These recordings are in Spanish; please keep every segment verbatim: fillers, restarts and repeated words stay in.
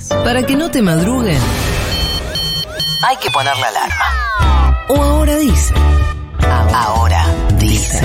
sociales. Para que no te madruguen, hay que poner la alarma. O ahora dice. Ahora dice.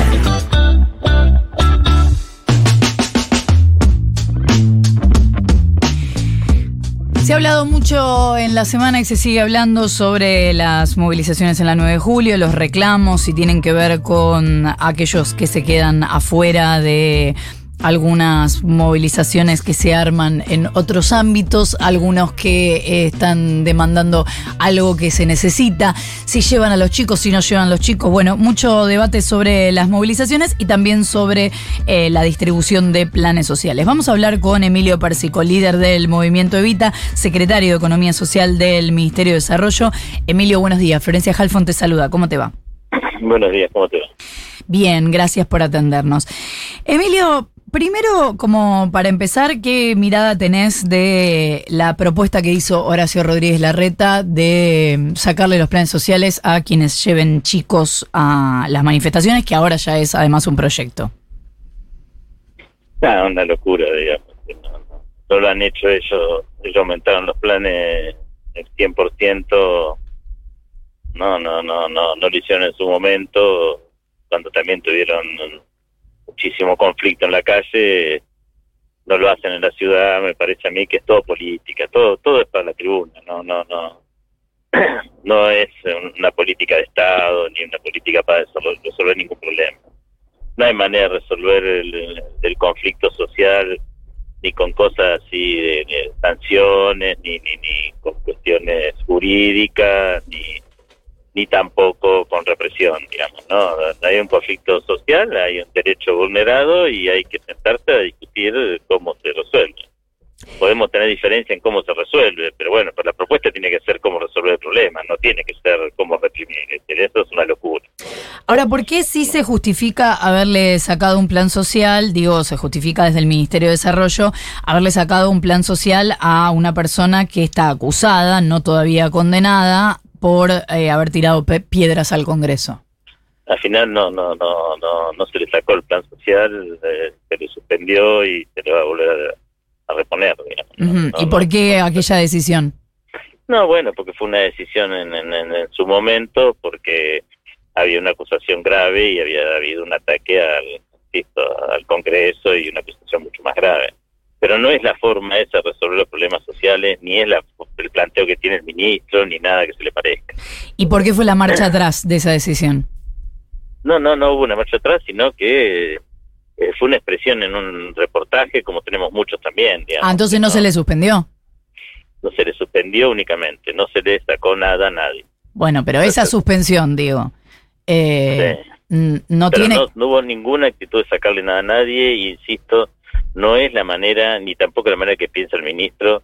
Se ha hablado mucho en la semana y se sigue hablando sobre las movilizaciones en la nueve de julio, los reclamos, si tienen que ver con aquellos que se quedan afuera de algunas movilizaciones que se arman en otros ámbitos, algunos que eh, están demandando algo que se necesita, si llevan a los chicos, si no llevan a los chicos. Bueno, mucho debate sobre las movilizaciones y también sobre eh, la distribución de planes sociales. Vamos a hablar con Emilio Pérsico, líder del Movimiento Evita, secretario de Economía Social del Ministerio de Desarrollo. Emilio, buenos días. Florencia Halfon te saluda. ¿Cómo te va? Buenos días, ¿cómo te va? Bien, gracias por atendernos. Emilio, primero, como para empezar, ¿qué mirada tenés de la propuesta que hizo Horacio Rodríguez Larreta de sacarle los planes sociales a quienes lleven chicos a las manifestaciones, que ahora ya es además un proyecto? Ah, una locura, digamos. No, no, no lo han hecho ellos, ellos aumentaron los planes el cien por ciento. No, no, no, no, no lo hicieron en su momento, cuando también tuvieron muchísimo conflicto en la calle. No lo hacen en la ciudad. Me parece a mí que es todo política, todo todo es para la tribuna, no no no no es una política de Estado ni una política para resolver, resolver ningún problema. No hay manera de resolver el, el conflicto social ni con cosas así de, de sanciones, ni, ni ni con cuestiones jurídicas, ni ni tampoco con represión, digamos, ¿no? Hay un conflicto social, hay un derecho vulnerado y hay que sentarse a discutir cómo se resuelve. Podemos tener diferencia en cómo se resuelve, pero bueno, pero la propuesta tiene que ser cómo resolver el problema, no tiene que ser cómo reprimir. Eso es una locura. Ahora, ¿por qué sí se justifica haberle sacado un plan social? Digo, se justifica desde el Ministerio de Desarrollo haberle sacado un plan social a una persona que está acusada, no todavía condenada, por eh, haber tirado pe- piedras al Congreso? Al final no no no no no se le sacó el plan social, eh, se le suspendió y se le va a volver a, a reponer, digamos. Uh-huh. No, ¿Y no, por qué no, aquella decisión? No, bueno, porque fue una decisión en, en, en, en su momento, porque había una acusación grave y había habido un ataque al, insisto, al Congreso y una acusación mucho más grave. Pero no es la forma esa de resolver los problemas sociales, ni es la, el planteo que tiene el ministro, ni nada que se le parezca. ¿Y por qué fue la marcha atrás de esa decisión? No, no, no hubo una marcha atrás, sino que eh, fue una expresión en un reportaje, como tenemos muchos también, digamos. Ah, entonces no, no se le suspendió. No se le suspendió únicamente, no se le sacó nada a nadie. Bueno, pero esa Entonces, suspensión, digo, eh, sí. no pero tiene... No, no hubo ninguna actitud de sacarle nada a nadie, e insisto, no es la manera, ni tampoco la manera que piensa el ministro.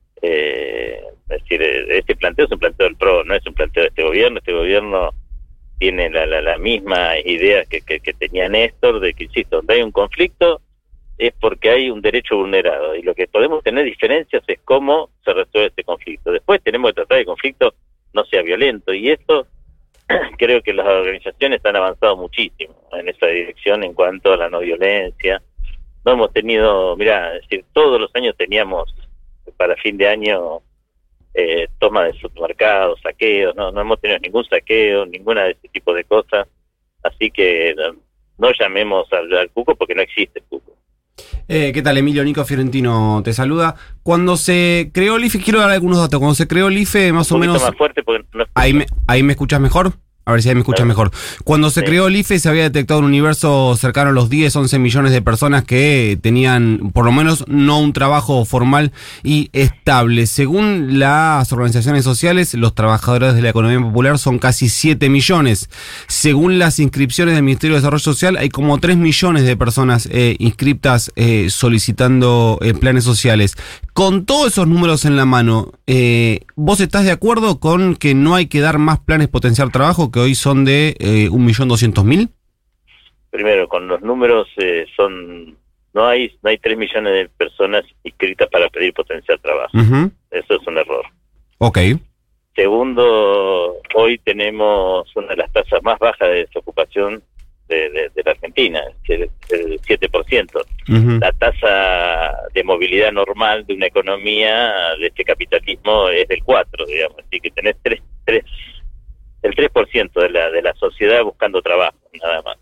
Eh, es decir, este planteo es un planteo del P R O, no es un planteo de este gobierno. Este gobierno tiene la, la, la misma idea que, que, que tenía Néstor, de que, insisto, donde hay un conflicto es porque hay un derecho vulnerado, y lo que podemos tener diferencias es cómo se resuelve este conflicto. Después tenemos que tratar de que el conflicto no sea violento, y eso creo que las organizaciones han avanzado muchísimo en esa dirección en cuanto a la no violencia. No hemos tenido, mirá, es decir, todos los años teníamos para fin de año eh, toma de supermercados, saqueos, no, no hemos tenido ningún saqueo, ninguna de ese tipo de cosas, así que no, no llamemos al, al cuco porque no existe el cuco. Eh, ¿Qué tal, Emilio? Nico Fiorentino te saluda. Cuando se creó el I F E, quiero dar algunos datos. Cuando se creó el I F E, más Un o menos... más fuerte porque no ahí, me, ¿Ahí me escuchas mejor? A ver si ahí me escuchas mejor. Cuando se sí. creó el I F E se había detectado un universo cercano a los diez, once millones de personas que tenían, por lo menos, no un trabajo formal y estable. Según las organizaciones sociales, los trabajadores de la economía popular son casi siete millones. Según las inscripciones del Ministerio de Desarrollo Social, hay como tres millones de personas eh, inscriptas eh, solicitando eh, planes sociales. Con todos esos números en la mano, eh, ¿vos estás de acuerdo con que no hay que dar más planes potenciar trabajo, que hoy son de eh, un millón doscientos mil? Primero, con los números eh, son no hay no hay tres millones de personas inscritas para pedir potenciar trabajo. Uh-huh. Eso es un error. Ok. Segundo, hoy tenemos una de las tasas más bajas de desocupación de, de, de la Argentina, el, el siete por ciento. Uh-huh. La tasa de movilidad normal de una economía de este capitalismo es del cuatro, digamos, así que tenés tres, tres, el tres por ciento de la, de la sociedad buscando trabajo, nada más.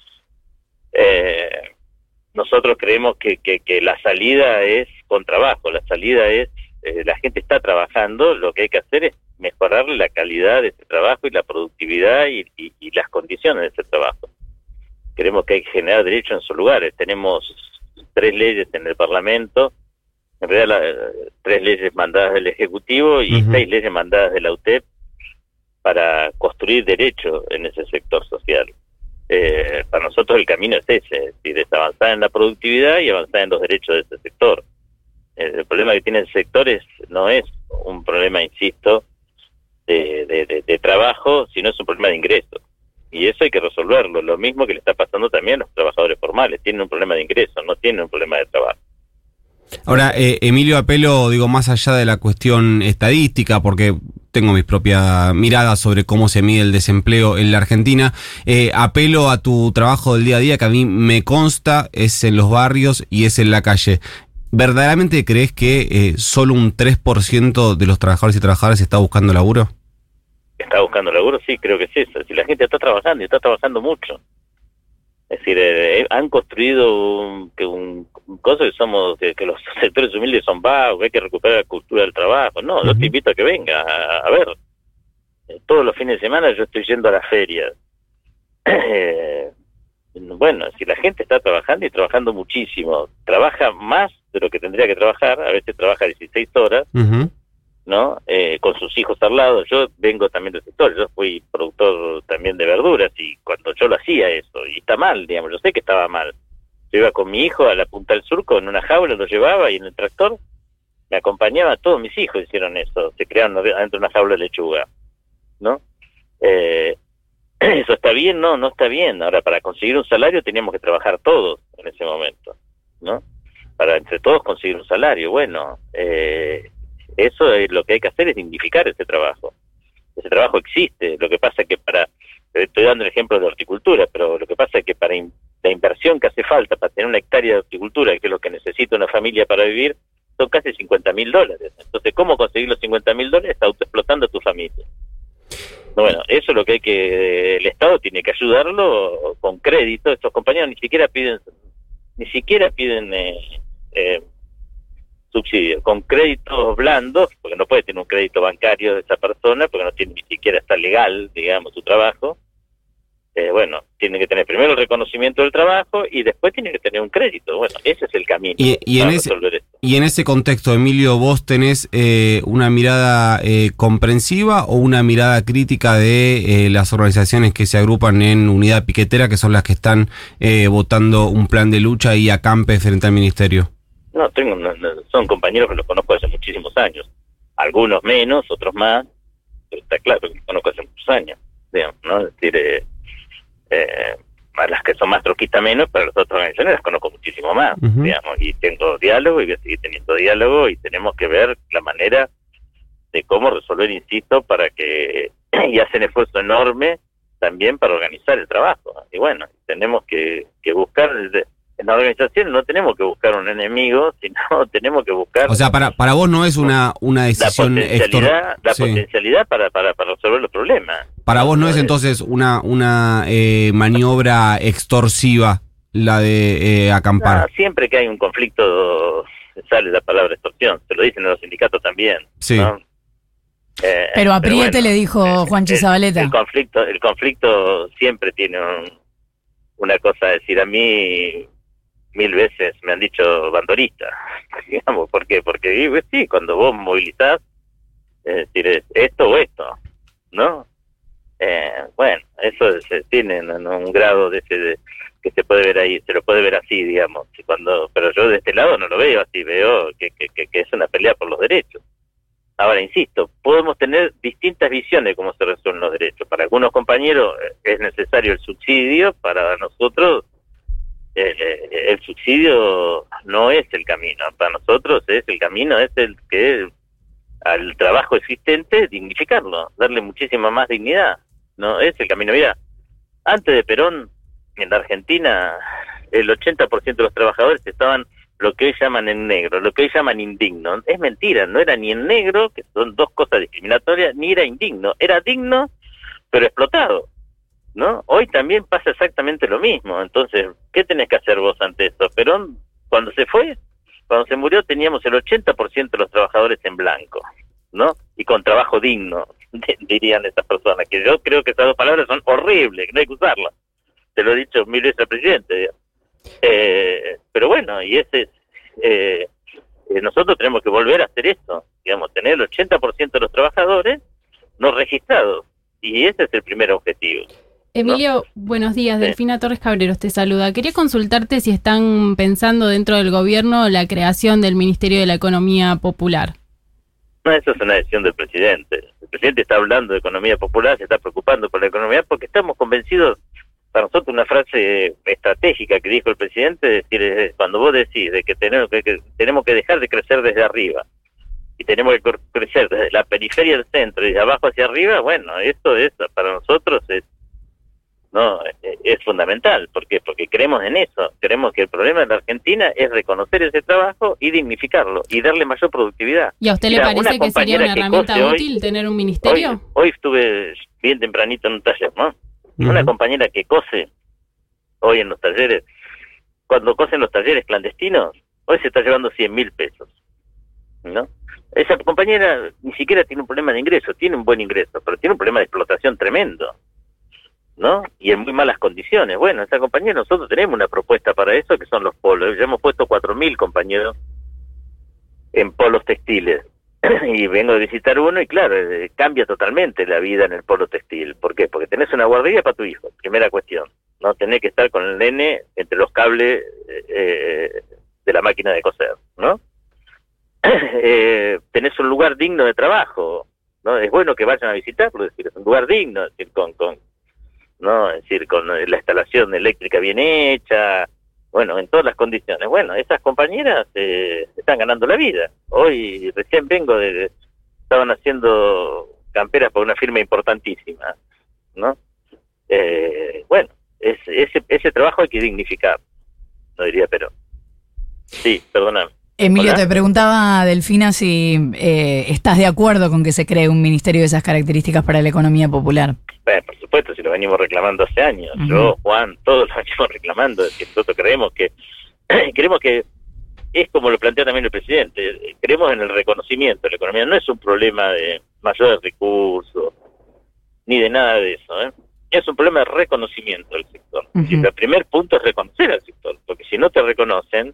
Eh, nosotros creemos que, que, que la salida es con trabajo, la salida es, eh, la gente está trabajando, lo que hay que hacer es mejorar la calidad de ese trabajo y la productividad y, y, y las condiciones de ese trabajo. Creemos que hay que generar derechos en sus lugares. Tenemos tres leyes en el Parlamento, en realidad la, tres leyes mandadas del Ejecutivo y uh-huh. seis leyes mandadas de la U T E P para construir derechos en ese sector social. Eh, para nosotros el camino es ese, es decir, es avanzar en la productividad y avanzar en los derechos de ese sector. Eh, el problema que tiene el sector es, no es un problema, insisto, de, de, de, de trabajo, sino es un problema de ingresos. Y eso hay que resolverlo. Lo mismo que le está pasando también a los trabajadores formales. Tienen un problema de ingresos, no tienen un problema de trabajo. Ahora, eh, Emilio, apelo, digo, más allá de la cuestión estadística, porque tengo mis propias miradas sobre cómo se mide el desempleo en la Argentina, eh, apelo a tu trabajo del día a día, que a mí me consta, es en los barrios y es en la calle. ¿Verdaderamente crees que eh, solo un tres por ciento de los trabajadores y trabajadoras está buscando laburo? ¿Está buscando laburo? Sí, creo que es eso. Si la gente está trabajando y está trabajando mucho. Es decir, eh, han construido un, que un, un cosa que somos, que, que los sectores humildes son bajos, que hay que recuperar la cultura del trabajo. No, uh-huh. yo te invito a que venga, a, a ver. Eh, todos los fines de semana yo estoy yendo a las ferias. Eh, bueno, si la gente está trabajando y trabajando muchísimo, trabaja más de lo que tendría que trabajar, a veces trabaja dieciséis horas, uh-huh. ¿no? Eh, con sus hijos al lado. Yo vengo también del sector, yo fui productor también de verduras y cuando yo lo hacía eso, y está mal, digamos, yo sé que estaba mal. Yo iba con mi hijo a la Punta del Surco en una jaula, lo llevaba y en el tractor me acompañaba, todos mis hijos hicieron eso, se crearon adentro de una jaula de lechuga, ¿no? Eh, ¿eso está bien? No, no está bien. Ahora, para conseguir un salario teníamos que trabajar todos en ese momento, ¿no? Para entre todos conseguir un salario. Bueno, eh, eso es lo que hay que hacer, es dignificar ese trabajo. Ese trabajo existe. Lo que pasa es que para, estoy dando el ejemplo de horticultura, pero lo que pasa es que para in, la inversión que hace falta para tener una hectárea de horticultura, que es lo que necesita una familia para vivir, son casi cincuenta mil dólares. Entonces, ¿cómo conseguir los cincuenta mil dólares? Autoexplotando a tu familia. Bueno, eso es lo que hay que, el Estado tiene que ayudarlo con crédito. Estos compañeros ni siquiera piden, ni siquiera piden eh, eh, subsidios, con créditos blandos, porque no puede tener un crédito bancario de esa persona, porque no tiene ni siquiera está legal, digamos, su trabajo. Eh, bueno, tiene que tener primero el reconocimiento del trabajo y después tiene que tener un crédito. Bueno, ese es el camino. Y, y, en, ese, y en ese contexto, Emilio, ¿vos tenés eh, una mirada eh, comprensiva o una mirada crítica de eh, las organizaciones que se agrupan en unidad piquetera, que son las que están eh, votando un plan de lucha y acampe frente al ministerio? No, tengo, no, no, son compañeros que los conozco hace muchísimos años. Algunos menos, otros más, pero está claro que los conozco hace muchos años, digamos, ¿no? Es decir, eh, Eh, a las que son más troquistas menos, pero las otras organizaciones las conozco muchísimo más, uh-huh. digamos, y tengo diálogo y voy a seguir teniendo diálogo y tenemos que ver la manera de cómo resolver, insisto, para que, y hacen esfuerzo enorme también para organizar el trabajo, y bueno, tenemos que, que buscar, en la organización no tenemos que buscar un enemigo, sino tenemos que buscar... O sea, para para vos no es una, una decisión... La potencialidad, extor- la sí. potencialidad para, para, para resolver los problemas. Para vos no es entonces una una eh, maniobra extorsiva la de eh, acampar. No, siempre que hay un conflicto sale la palabra extorsión, se lo dicen en los sindicatos también. Sí. ¿no? Eh, pero a Priete bueno, le dijo Juanchi Zabaleta. El, el conflicto, el conflicto siempre tiene un, una cosa, es decir, a mí mil veces me han dicho bandorista, digamos, ¿por qué? Porque sí, cuando vos movilizás, es decir, es esto o esto, ¿no? Eh, bueno, eso se tiene en un grado de ese de, que se puede ver ahí, se lo puede ver así, digamos, cuando, pero yo de este lado no lo veo así, veo que, que, que, que es una pelea por los derechos. Ahora, insisto, podemos tener distintas visiones de cómo se resuelven los derechos. Para algunos compañeros es necesario el subsidio, para nosotros eh, el subsidio no es el camino, para nosotros es el camino, es el que al trabajo existente dignificarlo, darle muchísima más dignidad. No es el camino. Mira, antes de Perón en la Argentina el ochenta por ciento de los trabajadores estaban lo que hoy llaman en negro, lo que hoy llaman indigno. Es mentira, no era ni en negro, que son dos cosas discriminatorias, ni era indigno, era digno, pero explotado, ¿no? Hoy también pasa exactamente lo mismo. Entonces, ¿qué tenés que hacer vos ante esto? Perón, cuando se fue, cuando se murió, teníamos el ochenta por ciento de los trabajadores en blanco, ¿no? Y con trabajo digno, dirían estas personas, que yo creo que esas dos palabras son horribles, que no hay que usarlas. Te lo he dicho mil veces al presidente, digamos. Eh, pero bueno, y ese es, eh, eh, nosotros tenemos que volver a hacer esto, digamos, tener el ochenta por ciento de los trabajadores no registrados, y ese es el primer objetivo. Emilio, ¿no? Buenos días, Sí. Delfina Torres Cabreros te saluda. Quería consultarte si están pensando dentro del gobierno la creación del Ministerio de la Economía Popular. No, eso es una decisión del presidente. El presidente está hablando de economía popular, se está preocupando por la economía, porque estamos convencidos. Para nosotros una frase estratégica que dijo el presidente, es decir, es cuando vos decís de que tenemos que, que tenemos que dejar de crecer desde arriba y tenemos que crecer desde la periferia del centro y de abajo hacia arriba, bueno, esto es para nosotros es no es, es fundamental. ¿Por qué? Porque creemos en eso, creemos que el problema de la Argentina es reconocer ese trabajo y dignificarlo y darle mayor productividad. ¿Y a usted Mira, le parece una que sería una compañera que herramienta cose hoy- útil tener un ministerio? Hoy, hoy estuve bien tempranito en un taller, ¿no? Ujú. Una compañera que cose hoy en los talleres, cuando cose en los talleres clandestinos, hoy se está llevando cien mil pesos, ¿no? Esa compañera ni siquiera tiene un problema de ingreso, tiene un buen ingreso, pero tiene un problema de explotación tremendo, ¿no? Y en muy malas condiciones. Bueno, esa compañera, nosotros tenemos una propuesta para eso, que son los polos. Ya hemos puesto cuatro mil compañeros en polos textiles. Y vengo a visitar uno y claro, eh, cambia totalmente la vida en el polo textil. ¿Por qué? Porque tenés una guardería para tu hijo, primera cuestión. No tenés que estar con el nene entre los cables eh, de la máquina de coser, ¿no? eh, tenés un lugar digno de trabajo, ¿no? Es bueno que vayan a visitarlo, es decir, es un lugar digno, es decir, con, con, ¿no? Es decir, con la instalación eléctrica bien hecha, bueno, en todas las condiciones. Bueno, esas compañeras eh, están ganando la vida. Hoy recién vengo de... Estaban haciendo camperas por una firma importantísima, ¿no? Eh, bueno, es, ese, ese trabajo hay que dignificar, no diría, pero... Sí, perdóname. Emilio, Hola. te preguntaba, Delfina, si eh, estás de acuerdo con que se cree un ministerio de esas características para la economía popular. Bueno, por supuesto, si lo venimos reclamando hace años. Uh-huh. Yo, Juan, todos lo venimos reclamando. Es que nosotros creemos que creemos que es como lo plantea también el presidente. Creemos en el reconocimiento de la economía. No es un problema de mayores recursos, ni de nada de eso, ¿eh? Es un problema de reconocimiento del sector. Uh-huh. Y el primer punto es reconocer al sector, porque si no te reconocen,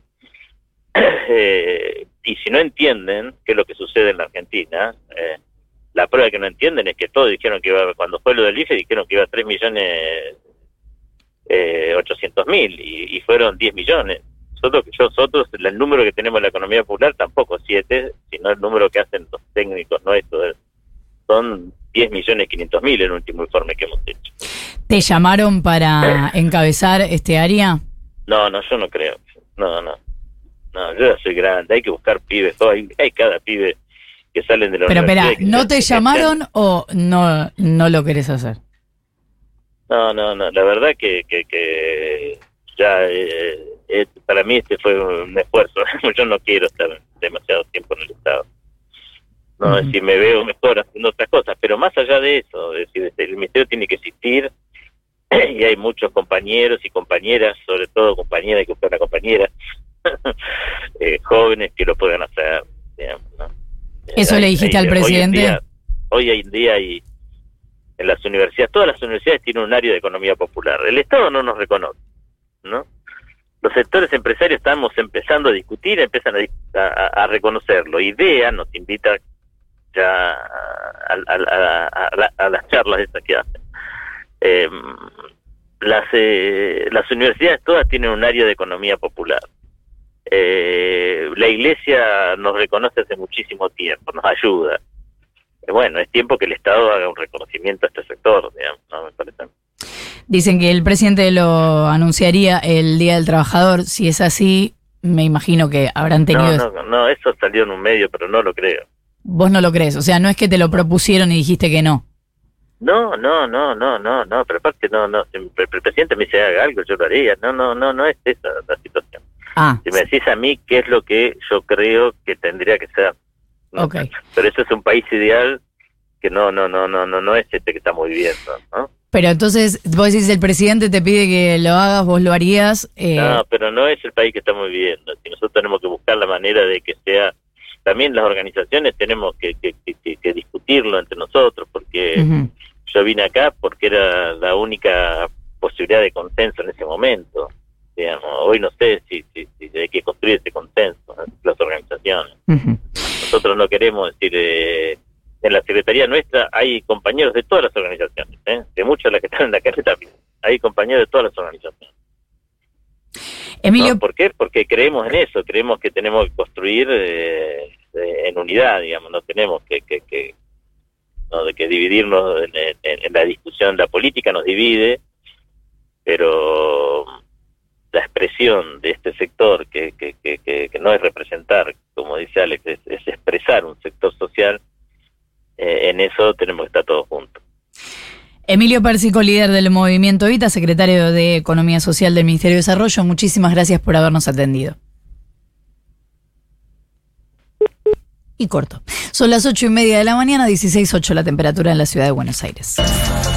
eh, y si no entienden qué es lo que sucede en la Argentina, eh, la prueba de que no entienden es que todos dijeron que iba, cuando fue lo del I F E, dijeron que iba a tres millones ochocientos mil y, y fueron diez millones. Nosotros, nosotros, el número que tenemos en la economía popular tampoco siete, sino el número que hacen los técnicos nuestros, son diez millones quinientos mil el último informe que hemos hecho. ¿Te llamaron para encabezar este área? No, no, yo no creo. No, no. No, yo ya soy grande, hay que buscar pibes, todo, hay, hay cada pibe que salen de la Pero espera, universidad. ¿no te llamaron o no, no lo querés hacer? No, no, no, la verdad que, que, que ya eh, eh, para mí este fue un esfuerzo. Yo no quiero estar demasiado tiempo en el Estado. No, es Ujú. decir, me veo mejor haciendo otras cosas, pero más allá de eso, es decir, el ministerio tiene que existir y hay muchos compañeros y compañeras, sobre todo compañeras que fueran compañeras, eh, jóvenes que lo puedan hacer, digamos, ¿no? ¿Eso Hay- le dijiste hay- al hoy en presidente? día- Hoy en día hay en las universidades, todas las universidades tienen un área de economía popular. El Estado no nos reconoce, ¿no? Los sectores empresarios estamos empezando a discutir, empiezan a, a, a reconocerlo. IDEA nos invita ya a, a, a, a, a las charlas estas que hacen. Eh, las, eh, las universidades todas tienen un área de economía popular. Eh, la Iglesia nos reconoce hace muchísimo tiempo, nos ayuda. Eh, bueno, es tiempo que el Estado haga un reconocimiento a este sector, digamos, ¿no? Me parece. Dicen que el presidente lo anunciaría el Día del Trabajador. Si es así, me imagino que habrán tenido... No, no, no, eso salió en un medio, pero no lo creo. Vos no lo crees, o sea, no es que te lo propusieron y dijiste que no. No, no, no, no, no, no, pero aparte no, no, si el presidente me dice haga algo, yo lo haría, no, no, no, no es esa la situación. Ah, Si me decís a mí qué es lo que yo creo que tendría que ser, ¿no? ok. Pero eso es un país ideal que no, no, no, no, no, no es este que estamos viviendo, ¿no? Pero entonces, vos decís, el presidente te pide que lo hagas, vos lo harías. Eh, No, pero no es el país que estamos viviendo. Si nosotros tenemos que buscar la manera de que sea, también las organizaciones tenemos que, que, que, que discutirlo entre nosotros, porque uh-huh. yo vine acá porque era la única posibilidad de consenso en ese momento. Digamos, hoy no sé si, si, si hay que construir ese consenso en las organizaciones. Uh-huh. Nosotros no queremos decir, eh, en la secretaría nuestra hay compañeros de todas las organizaciones, ¿eh? De muchas de las que están en la calle también. Hay compañeros de todas las organizaciones. Emilio, ¿No? ¿Por qué? Porque creemos en eso, creemos que tenemos que construir eh, eh, en unidad, digamos, no tenemos que, que, que no de que dividirnos en, en, en la discusión. La política nos divide, pero la expresión de este sector que, que, que, que, que no es representar, como dice Alex, es, es expresar un sector social, eh, en eso tenemos que estar todos juntos. Emilio Pérsico, líder del Movimiento Evita, secretario de Economía Social del Ministerio de Desarrollo, muchísimas gracias por habernos atendido. Y corto. Son las ocho y media de la mañana, dieciséis punto ocho la temperatura en la ciudad de Buenos Aires.